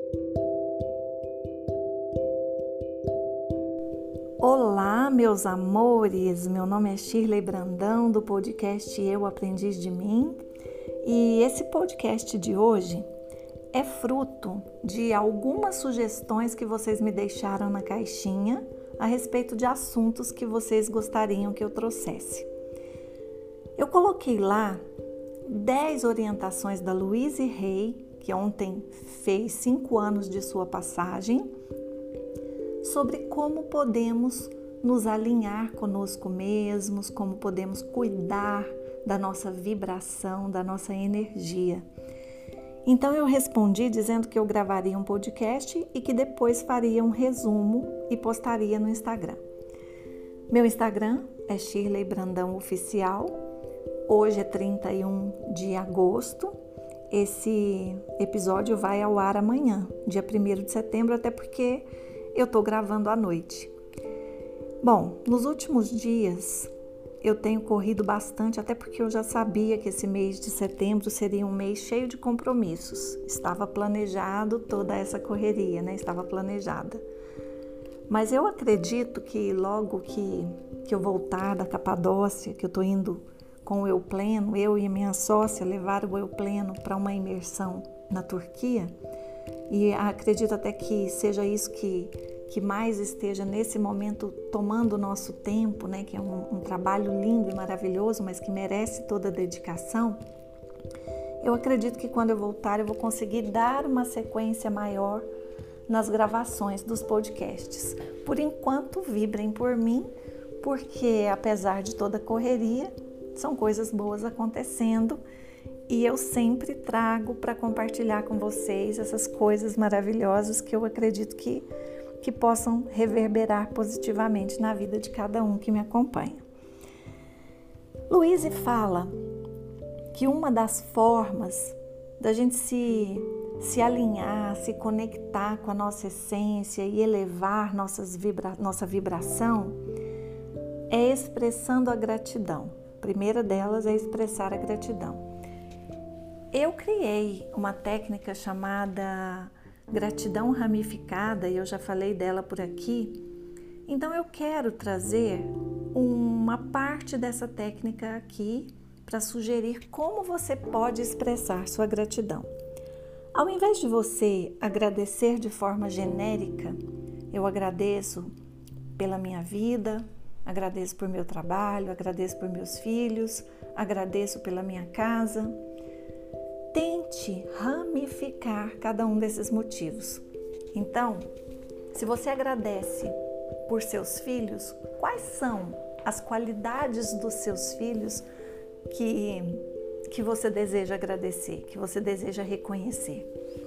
Olá, meus amores! Meu nome é Shirley Brandão, do podcast Eu Aprendiz de Mim, e esse podcast de hoje é fruto de algumas sugestões que vocês me deixaram na caixinha a respeito de assuntos que vocês gostariam que eu trouxesse. Eu coloquei lá 10 orientações da Louise Hay, que ontem fez 5 anos de sua passagem, sobre como podemos nos alinhar conosco mesmos, como podemos cuidar da nossa vibração, da nossa energia. Então eu respondi dizendo que eu gravaria um podcast e que depois faria um resumo e postaria no Instagram. Meu Instagram é Shirley Brandão Oficial. Hoje é 31 de agosto. Esse episódio vai ao ar amanhã, dia 1º de setembro, até porque eu estou gravando à noite. Bom, nos últimos dias eu tenho corrido bastante, até porque eu já sabia que esse mês de setembro seria um mês cheio de compromissos. Estava planejado toda essa correria, né? Estava planejada. Mas eu acredito que logo que eu voltar da Capadócia, que eu estou indo com o Eu Pleno, eu e a minha sócia levaram o Eu Pleno para uma imersão na Turquia, e acredito até que seja isso que mais esteja nesse momento tomando o nosso tempo, né? Que é um trabalho lindo e maravilhoso, mas que merece toda a dedicação. Eu acredito que quando eu voltar eu vou conseguir dar uma sequência maior nas gravações dos podcasts. Por enquanto, vibrem por mim, porque apesar de toda a correria, são coisas boas acontecendo e eu sempre trago para compartilhar com vocês essas coisas maravilhosas que eu acredito que possam reverberar positivamente na vida de cada um que me acompanha. Louise fala que uma das formas da gente se alinhar, se conectar com a nossa essência e elevar nossa vibração é expressando a gratidão. A primeira delas é expressar a gratidão. Eu criei uma técnica chamada gratidão ramificada, e eu já falei dela por aqui. Então eu quero trazer uma parte dessa técnica aqui para sugerir como você pode expressar sua gratidão. Ao invés de você agradecer de forma genérica, eu agradeço pela minha vida, agradeço por meu trabalho, agradeço por meus filhos, agradeço pela minha casa. Tente ramificar cada um desses motivos. Então, se você agradece por seus filhos, quais são as qualidades dos seus filhos que você deseja agradecer, que você deseja reconhecer?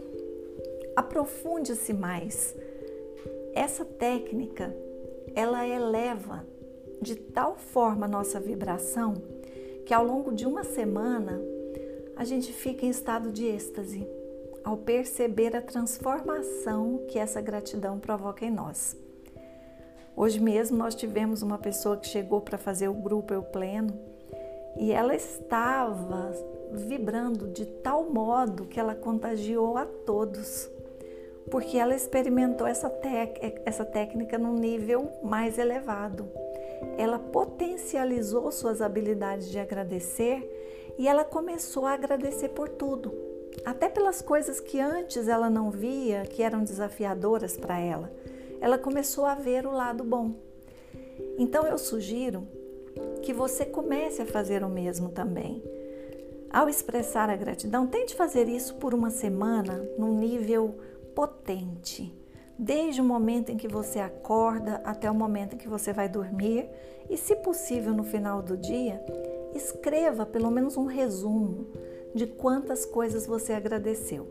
Aprofunde-se mais. Essa técnica, ela eleva de tal forma a nossa vibração que ao longo de uma semana a gente fica em estado de êxtase ao perceber a transformação que essa gratidão provoca em nós. Hoje mesmo nós tivemos uma pessoa que chegou para fazer o grupo Eu Pleno e ela estava vibrando de tal modo que ela contagiou a todos, porque ela experimentou essa técnica num nível mais elevado. Ela potencializou suas habilidades de agradecer e ela começou a agradecer por tudo, até pelas coisas que antes ela não via, que eram desafiadoras para ela. Ela começou a ver o lado bom. Então eu sugiro que você comece a fazer o mesmo também. Ao expressar a gratidão, tente fazer isso por uma semana num nível potente, desde o momento em que você acorda até o momento em que você vai dormir e, se possível, no final do dia, escreva pelo menos um resumo de quantas coisas você agradeceu.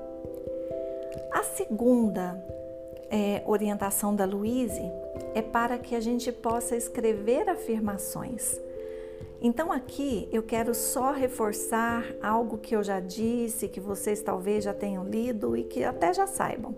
A segunda orientação da Louise é para que a gente possa escrever afirmações. Então aqui eu quero só reforçar algo que eu já disse, que vocês talvez já tenham lido e que até já saibam.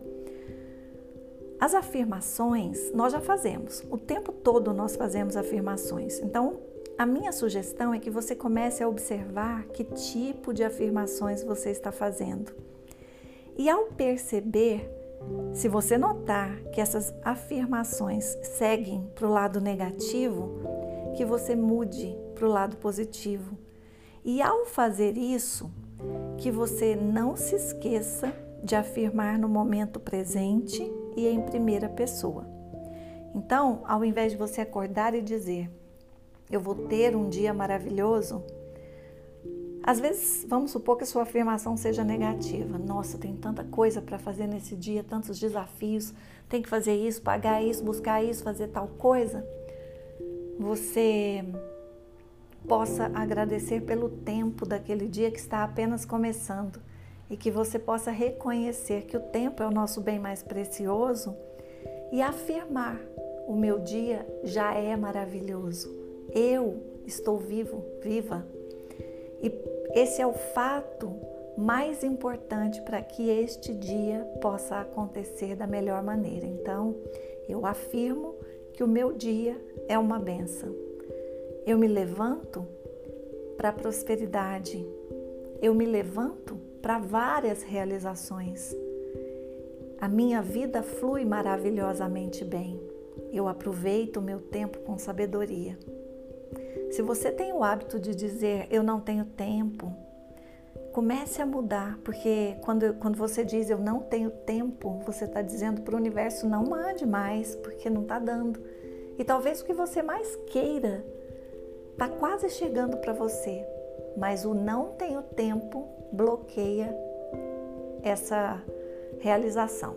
As afirmações nós já fazemos, o tempo todo nós fazemos afirmações. Então, a minha sugestão é que você comece a observar que tipo de afirmações você está fazendo. E ao perceber, se você notar que essas afirmações seguem para o lado negativo, que você mude para o lado positivo. E ao fazer isso, que você não se esqueça de afirmar no momento presente e em primeira pessoa. Então, ao invés de você acordar e dizer, eu vou ter um dia maravilhoso, às vezes, vamos supor que a sua afirmação seja negativa. Nossa, tem tanta coisa para fazer nesse dia, tantos desafios, tem que fazer isso, pagar isso, buscar isso, fazer tal coisa. Você possa agradecer pelo tempo daquele dia que está apenas começando e que você possa reconhecer que o tempo é o nosso bem mais precioso e afirmar, o meu dia já é maravilhoso, eu estou vivo, viva. E esse é o fato mais importante para que este dia possa acontecer da melhor maneira. Então, eu afirmo que o meu dia é uma bênção. Eu me levanto para a prosperidade. Eu me levanto para várias realizações. A minha vida flui maravilhosamente bem. Eu aproveito o meu tempo com sabedoria. Se você tem o hábito de dizer, eu não tenho tempo, comece a mudar, porque quando você diz, eu não tenho tempo, você está dizendo para o universo, não mande mais, porque não está dando. E talvez o que você mais queira está quase chegando para você, mas o não tenho tempo bloqueia essa realização.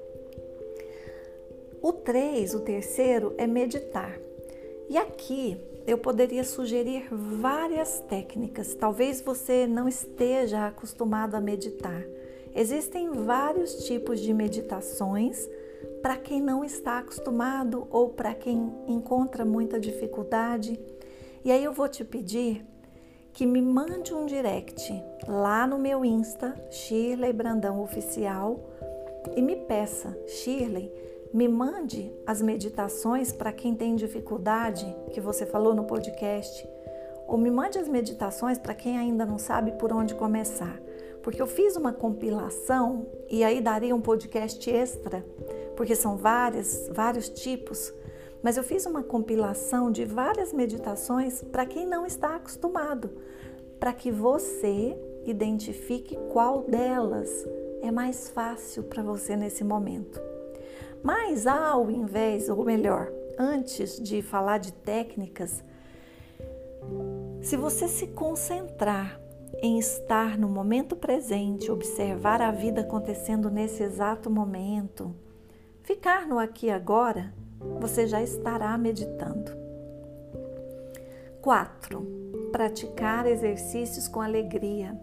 O terceiro, é meditar. E aqui eu poderia sugerir várias técnicas. Talvez você não esteja acostumado a meditar. Existem vários tipos de meditações para quem não está acostumado ou para quem encontra muita dificuldade. E aí eu vou te pedir que me mande um direct lá no meu Insta, Shirley Brandão Oficial, e me peça, Shirley, me mande as meditações para quem tem dificuldade, que você falou no podcast, ou me mande as meditações para quem ainda não sabe por onde começar. Porque eu fiz uma compilação, e aí daria um podcast extra, porque são vários tipos, mas eu fiz uma compilação de várias meditações para quem não está acostumado, para que você identifique qual delas é mais fácil para você nesse momento. Mas ao invés, ou melhor, antes de falar de técnicas, se você se concentrar em estar no momento presente, observar a vida acontecendo nesse exato momento, ficar no aqui e agora, você já estará meditando. 4. Praticar exercícios com alegria.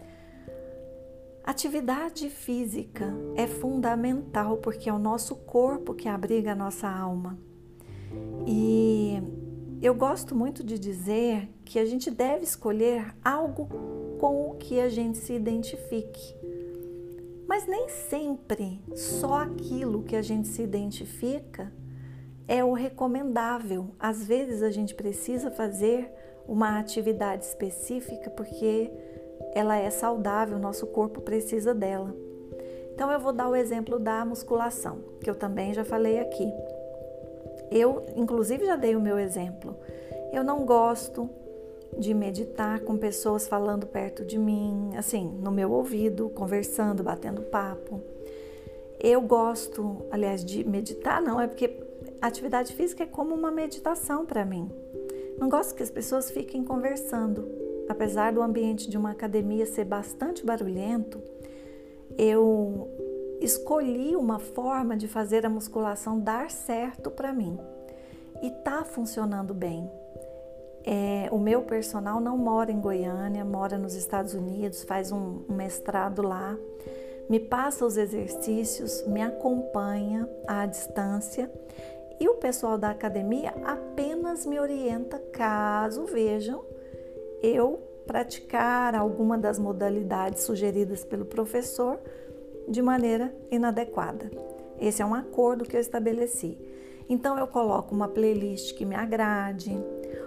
Atividade física é fundamental porque é o nosso corpo que abriga a nossa alma. E eu gosto muito de dizer que a gente deve escolher algo com o que a gente se identifique. Mas nem sempre só aquilo que a gente se identifica é o recomendável. Às vezes a gente precisa fazer uma atividade específica porque ela é saudável, nosso corpo precisa dela. Então eu vou dar o exemplo da musculação, que eu também já falei aqui. Eu, inclusive, já dei o meu exemplo. Eu não gosto de meditar com pessoas falando perto de mim, assim, no meu ouvido, conversando, batendo papo. Eu gosto, aliás, de meditar, não, é porque atividade física é como uma meditação para mim. Não gosto que as pessoas fiquem conversando. Apesar do ambiente de uma academia ser bastante barulhento, eu escolhi uma forma de fazer a musculação dar certo para mim. E tá funcionando bem. O meu personal não mora em Goiânia, mora nos Estados Unidos, faz um mestrado lá, me passa os exercícios, me acompanha à distância e o pessoal da academia apenas me orienta caso vejam eu praticar alguma das modalidades sugeridas pelo professor de maneira inadequada. Esse é um acordo que eu estabeleci. Então eu coloco uma playlist que me agrade,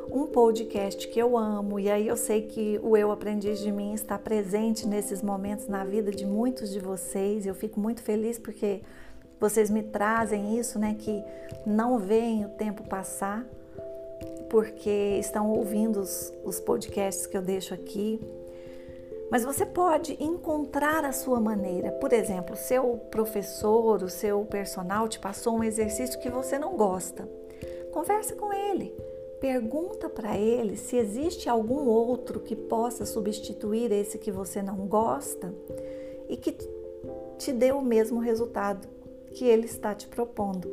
um podcast que eu amo, e aí eu sei que o Eu Aprendiz de Mim está presente nesses momentos na vida de muitos de vocês. Eu fico muito feliz porque vocês me trazem isso, né, que não veem o tempo passar, porque estão ouvindo os podcasts que eu deixo aqui. Mas você pode encontrar a sua maneira. Por exemplo, o seu professor, o seu personal te passou um exercício que você não gosta. Converse com ele. Pergunta para ele se existe algum outro que possa substituir esse que você não gosta e que te dê o mesmo resultado que ele está te propondo.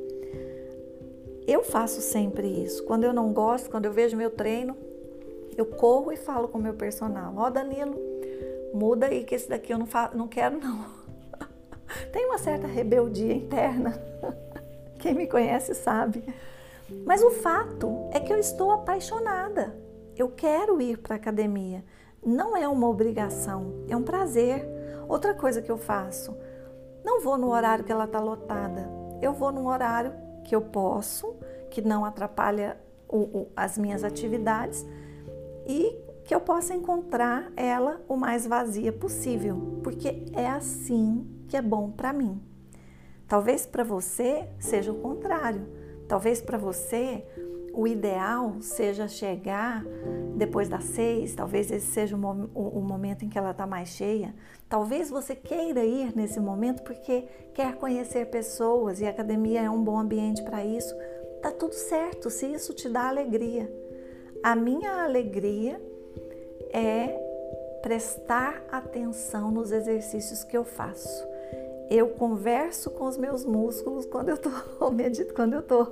Eu faço sempre isso. Quando eu não gosto, quando eu vejo meu treino, eu corro e falo com o meu personal: ó, Danilo, muda aí que esse daqui eu não quero não. Tem uma certa rebeldia interna. Quem me conhece sabe. Mas o fato é que eu estou apaixonada. Eu quero ir para a academia. Não é uma obrigação, é um prazer. Outra coisa que eu faço: não vou no horário que ela está lotada. Eu vou num horário que eu posso, que não atrapalha as minhas atividades e que eu possa encontrar ela o mais vazia possível, porque é assim que é bom para mim. Talvez para você seja o contrário. Talvez para você o ideal seja chegar depois das 6, talvez esse seja o momento em que ela está mais cheia. Talvez você queira ir nesse momento porque quer conhecer pessoas e a academia é um bom ambiente para isso. Tá tudo certo, se isso te dá alegria. A minha alegria é prestar atenção nos exercícios que eu faço. Eu converso com os meus músculos quando eu tô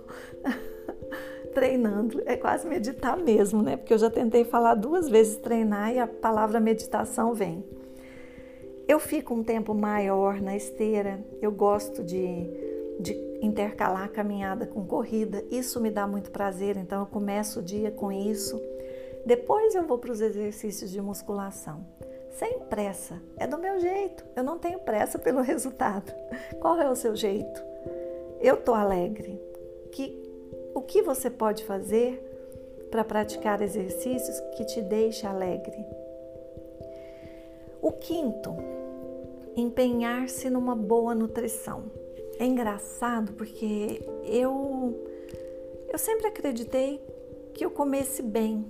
treinando. É quase meditar mesmo, né? Porque eu já tentei falar 2 vezes treinar e a palavra meditação vem. Eu fico um tempo maior na esteira. Eu gosto de intercalar caminhada com corrida. Isso me dá muito prazer, então eu começo o dia com isso. Depois eu vou para os exercícios de musculação. Sem pressa, é do meu jeito, eu não tenho pressa pelo resultado. Qual é o seu jeito? Eu estou alegre. O que você pode fazer para praticar exercícios que te deixem alegre? O 5º, empenhar-se numa boa nutrição. É engraçado porque eu sempre acreditei que eu comesse bem.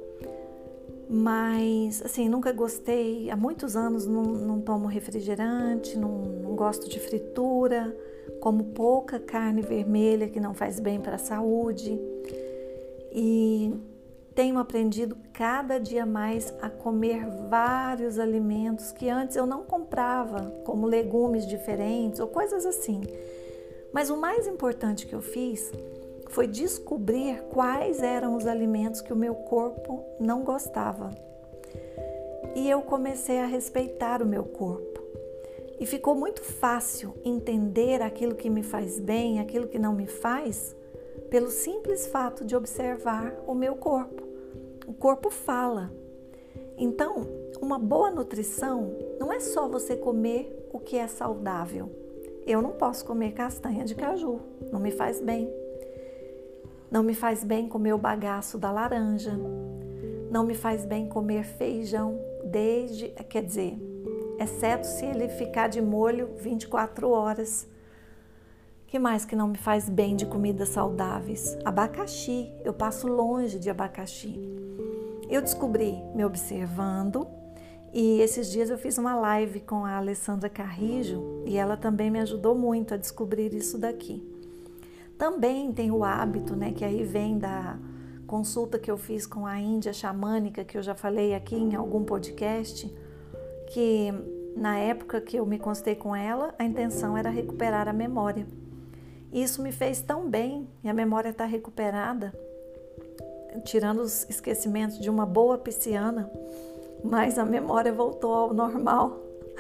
Mas, assim, nunca gostei, há muitos anos não tomo refrigerante, não gosto de fritura, como pouca carne vermelha que não faz bem para a saúde. E tenho aprendido cada dia mais a comer vários alimentos que antes eu não comprava, como legumes diferentes ou coisas assim. Mas o mais importante que eu fiz foi descobrir quais eram os alimentos que o meu corpo não gostava. E eu comecei a respeitar o meu corpo. E ficou muito fácil entender aquilo que me faz bem, aquilo que não me faz, pelo simples fato de observar o meu corpo. O corpo fala. Então, uma boa nutrição não é só você comer o que é saudável. Eu não posso comer castanha de caju, não me faz bem. Não me faz bem comer o bagaço da laranja. Não me faz bem comer feijão exceto se ele ficar de molho 24 horas. Que mais que não me faz bem de comidas saudáveis? Abacaxi, eu passo longe de abacaxi. Eu descobri me observando e esses dias eu fiz uma live com a Alessandra Carrijo e ela também me ajudou muito a descobrir isso daqui. Também tem o hábito, né, que aí vem da consulta que eu fiz com a Índia xamânica, que eu já falei aqui em algum podcast, que na época que eu me consultei com ela, a intenção era recuperar a memória. Isso me fez tão bem e a memória está recuperada, tirando os esquecimentos de uma boa pisciana, mas a memória voltou ao normal.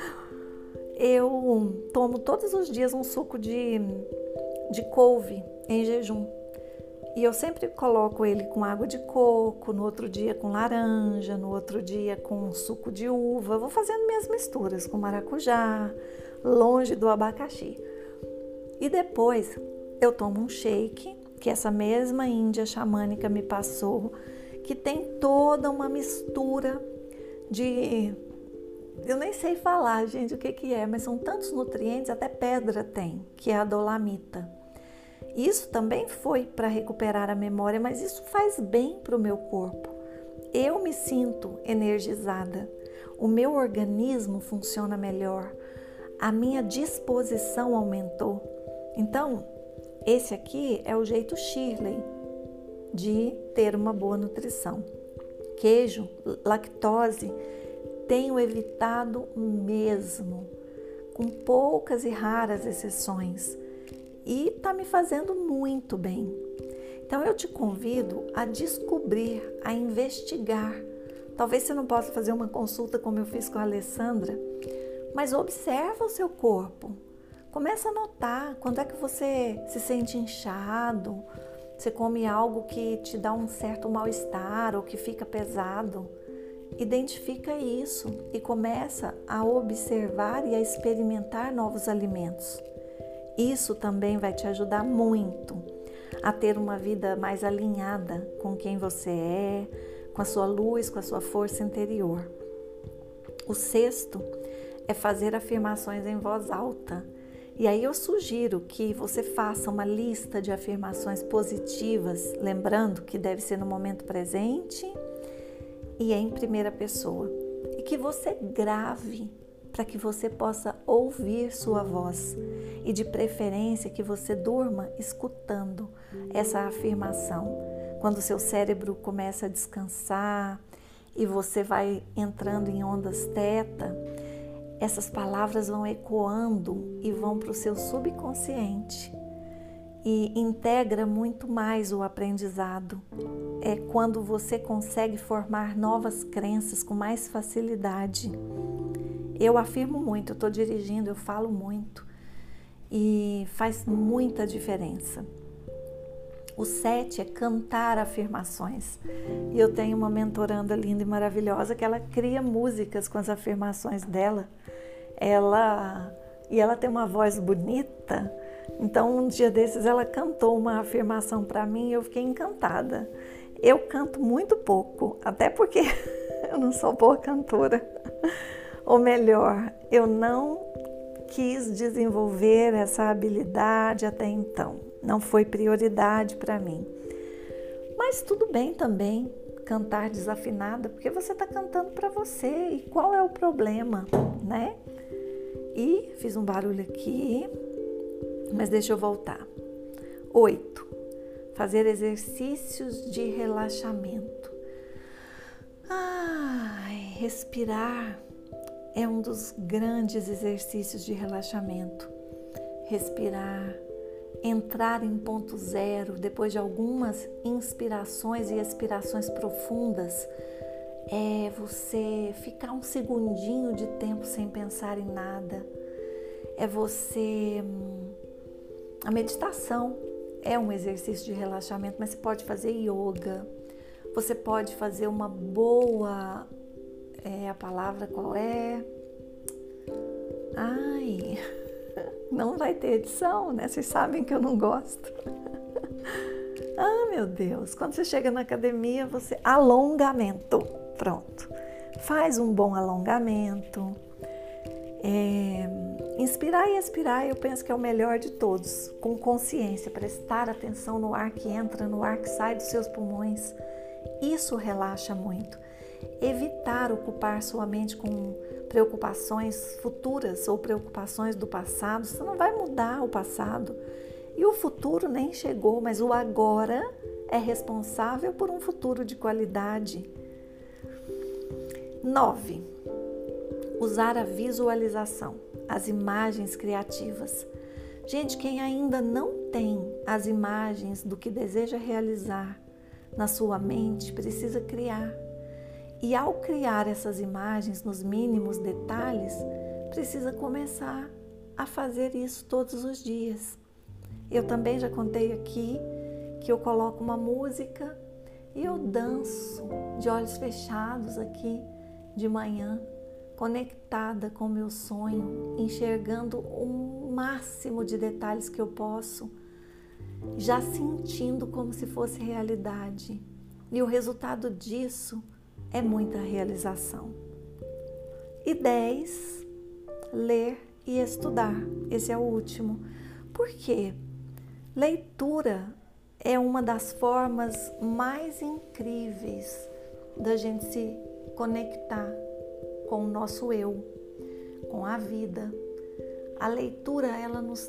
Eu tomo todos os dias um suco de couve em jejum. E eu sempre coloco ele com água de coco, no outro dia com laranja, no outro dia com suco de uva. Vou fazendo minhas misturas com maracujá, longe do abacaxi. E depois eu tomo um shake, que essa mesma Índia xamânica me passou, que tem toda uma mistura de... Eu nem sei falar, gente, o que é, mas são tantos nutrientes, até pedra tem, que é a dolamita. Isso também foi para recuperar a memória, mas isso faz bem para o meu corpo. Eu me sinto energizada, o meu organismo funciona melhor, a minha disposição aumentou. Então, esse aqui é o jeito Shirley de ter uma boa nutrição. Queijo, lactose, tenho evitado mesmo, com poucas e raras exceções, e está me fazendo muito bem. Então eu te convido a descobrir, a investigar. Talvez você não possa fazer uma consulta como eu fiz com a Alessandra, mas observa o seu corpo. Começa a notar quando é que você se sente inchado, você come algo que te dá um certo mal-estar ou que fica pesado. Identifica isso e começa a observar e a experimentar novos alimentos. Isso também vai te ajudar muito a ter uma vida mais alinhada com quem você é, com a sua luz, com a sua força interior. O sexto é fazer afirmações em voz alta. E aí eu sugiro que você faça uma lista de afirmações positivas, lembrando que deve ser no momento presente e em primeira pessoa. E que você grave para que você possa ouvir sua voz. E de preferência que você durma escutando essa afirmação. Quando o seu cérebro começa a descansar e você vai entrando em ondas teta, essas palavras vão ecoando e vão para o seu subconsciente e integra muito mais o aprendizado. É quando você consegue formar novas crenças com mais facilidade. Eu afirmo muito, eu estou dirigindo, eu falo muito e faz muita diferença. O 7 é cantar afirmações. E eu tenho uma mentoranda linda e maravilhosa que ela cria músicas com as afirmações dela. Ela tem uma voz bonita. Então, um dia desses, ela cantou uma afirmação para mim e eu fiquei encantada. Eu canto muito pouco, até porque eu não sou boa cantora. Ou melhor, eu não quis desenvolver essa habilidade até então. Não foi prioridade para mim. Mas tudo bem também cantar desafinada, porque você está cantando para você. E qual é o problema, né? E fiz um barulho aqui, mas deixa eu voltar. 8. Fazer exercícios de relaxamento. Respirar é um dos grandes exercícios de relaxamento. Respirar, entrar em ponto zero, depois de algumas inspirações e expirações profundas, é você ficar um segundinho de tempo sem pensar em nada. É você... A meditação é um exercício de relaxamento, mas você pode fazer yoga, você pode fazer uma boa... a palavra qual é? Não vai ter edição, né? Vocês sabem que eu não gosto. Meu Deus, quando você chega na academia, você... Alongamento, pronto. Faz um bom alongamento. Inspirar e expirar, eu penso que é o melhor de todos. Com consciência, prestar atenção no ar que entra, no ar que sai dos seus pulmões. Isso relaxa muito. Evitar ocupar sua mente com preocupações futuras ou preocupações do passado. Você não vai mudar o passado. E o futuro nem chegou, mas o agora é responsável por um futuro de qualidade. 9. Usar a visualização, as imagens criativas. Gente, quem ainda não tem as imagens do que deseja realizar na sua mente, precisa criar. E ao criar essas imagens nos mínimos detalhes, precisa começar a fazer isso todos os dias. Eu também já contei aqui que eu coloco uma música e eu danço de olhos fechados aqui de manhã, conectada com o meu sonho, enxergando o máximo de detalhes que eu posso, já sentindo como se fosse realidade. E o resultado disso é muita realização. E 10, ler e estudar. Esse é o último. Por quê? Leitura é uma das formas mais incríveis da gente se conectar com o nosso eu, com a vida. A leitura, ela nos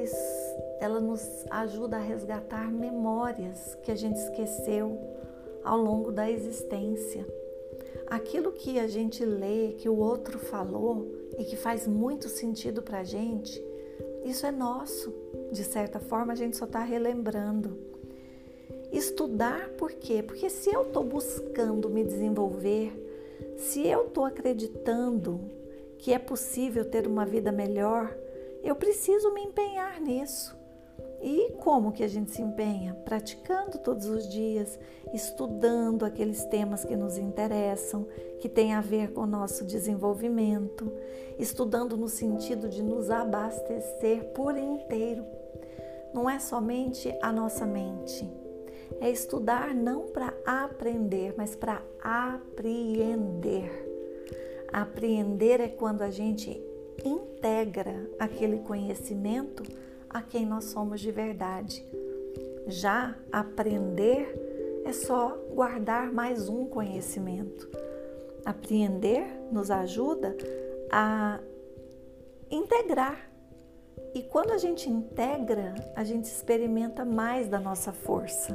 ajuda a resgatar memórias que a gente esqueceu ao longo da existência. Aquilo que a gente lê, que o outro falou e que faz muito sentido pra gente, isso é nosso. De certa forma, a gente só está relembrando. Estudar por quê? Porque se eu estou buscando me desenvolver, se eu estou acreditando que é possível ter uma vida melhor, eu preciso me empenhar nisso. E como que a gente se empenha? Praticando todos os dias, estudando aqueles temas que nos interessam, que têm a ver com o nosso desenvolvimento, estudando no sentido de nos abastecer por inteiro. Não é somente a nossa mente. É estudar não para aprender, mas para apreender. Apreender é quando a gente integra aquele conhecimento a quem nós somos de verdade. Já aprender é só guardar mais um conhecimento. Apreender nos ajuda a integrar. E quando a gente integra, a gente experimenta mais da nossa força.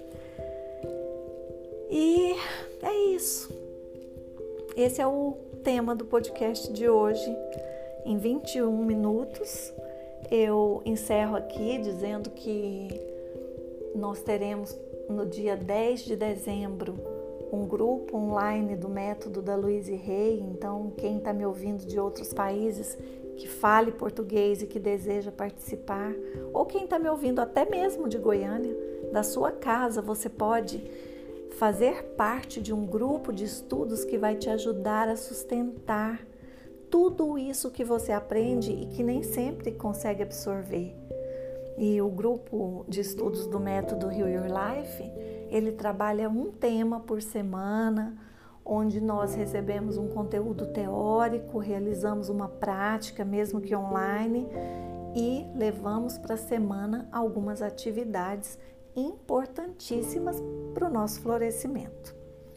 E é isso. Esse é o tema do podcast de hoje. Em 21 minutos, eu encerro aqui dizendo que nós teremos no dia 10 de dezembro um grupo online do método da Louise Hay. Então, quem está me ouvindo de outros países que fale português e que deseja participar, ou quem está me ouvindo até mesmo de Goiânia, da sua casa, você pode fazer parte de um grupo de estudos que vai te ajudar a sustentar tudo isso que você aprende e que nem sempre consegue absorver. E o grupo de estudos do método Heal Your Life, ele trabalha um tema por semana, onde nós recebemos um conteúdo teórico, realizamos uma prática, mesmo que online, e levamos para a semana algumas atividades importantíssimas para o nosso florescimento.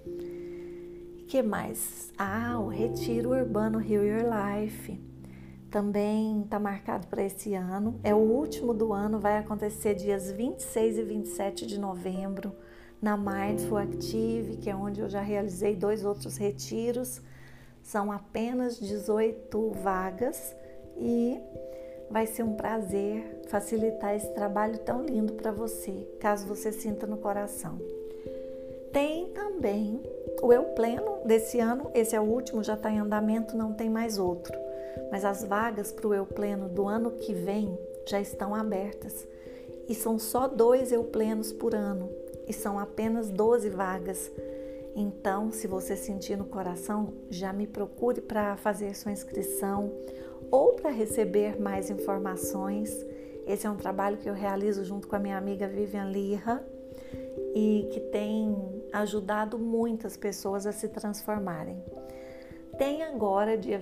O que mais? O Retiro Urbano Heal Your Life também está marcado para esse ano. É o último do ano, vai acontecer dias 26 e 27 de novembro, na Mindful Active, que é onde eu já realizei 2 outros retiros. São apenas 18 vagas e vai ser um prazer facilitar esse trabalho tão lindo para você, caso você sinta no coração. Tem também o Eu Pleno desse ano, esse é o último, já está em andamento, não tem mais outro. Mas as vagas para o Eu Pleno do ano que vem já estão abertas. E são só 2 Eu Plenos por ano. E são apenas 12 vagas. Então, se você sentir no coração, já me procure para fazer sua inscrição ou para receber mais informações. Esse é um trabalho que eu realizo junto com a minha amiga Vivian Lira e que tem ajudado muitas pessoas a se transformarem. Tem agora, dia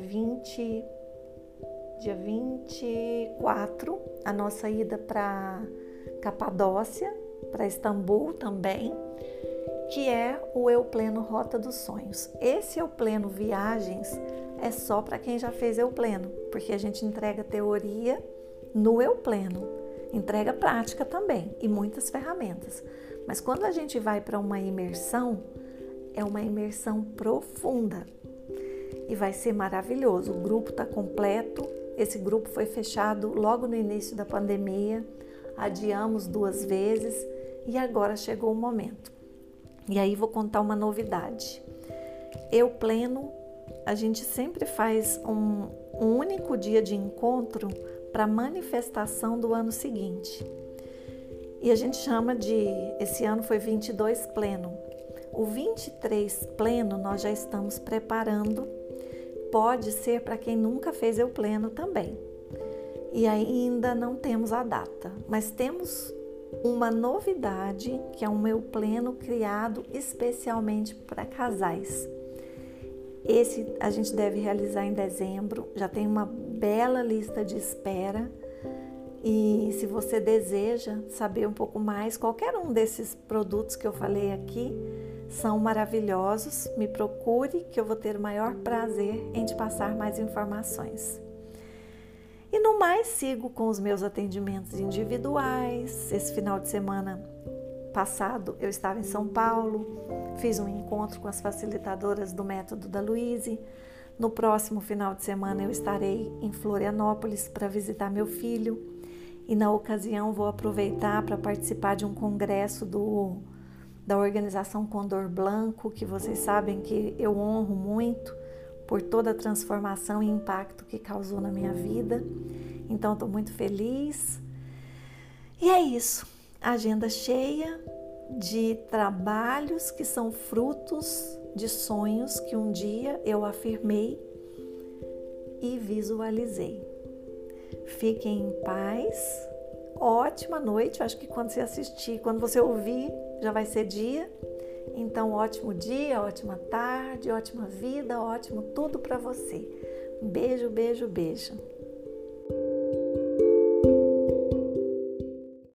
24, a nossa ida para Capadócia, para Istambul também, que é o Eu Pleno Rota dos Sonhos. Esse Eu Pleno Viagens é só para quem já fez Eu Pleno, porque a gente entrega teoria no Eu Pleno, entrega prática também e muitas ferramentas. Mas quando a gente vai para uma imersão, é uma imersão profunda e vai ser maravilhoso. O grupo está completo, esse grupo foi fechado logo no início da pandemia, adiamos 2 vezes e agora chegou o momento. E aí vou contar uma novidade. Eu Pleno, a gente sempre faz um único dia de encontro para manifestação do ano seguinte. E a gente chama esse ano foi 22 Pleno. O 23 Pleno nós já estamos preparando. Pode ser para quem nunca fez Eu Pleno também. E ainda não temos a data, mas temos uma novidade, que é o meu pleno criado especialmente para casais. Esse a gente deve realizar em dezembro, já tem uma bela lista de espera. E se você deseja saber um pouco mais, qualquer um desses produtos que eu falei aqui são maravilhosos. Me procure que eu vou ter o maior prazer em te passar mais informações. E no mais, sigo com os meus atendimentos individuais. Esse final de semana passado eu estava em São Paulo, fiz um encontro com as facilitadoras do Método da Luíse. No próximo final de semana eu estarei em Florianópolis para visitar meu filho. E na ocasião vou aproveitar para participar de um congresso da organização Condor Blanco, que vocês sabem que eu honro muito por toda a transformação e impacto que causou na minha vida. Então estou muito feliz. E é isso, agenda cheia de trabalhos que são frutos de sonhos que um dia eu afirmei e visualizei. Fiquem em paz, ótima noite. Eu acho que quando você ouvir, já vai ser dia. Então, ótimo dia, ótima tarde, ótima vida, ótimo tudo para você. Beijo, beijo, beijo.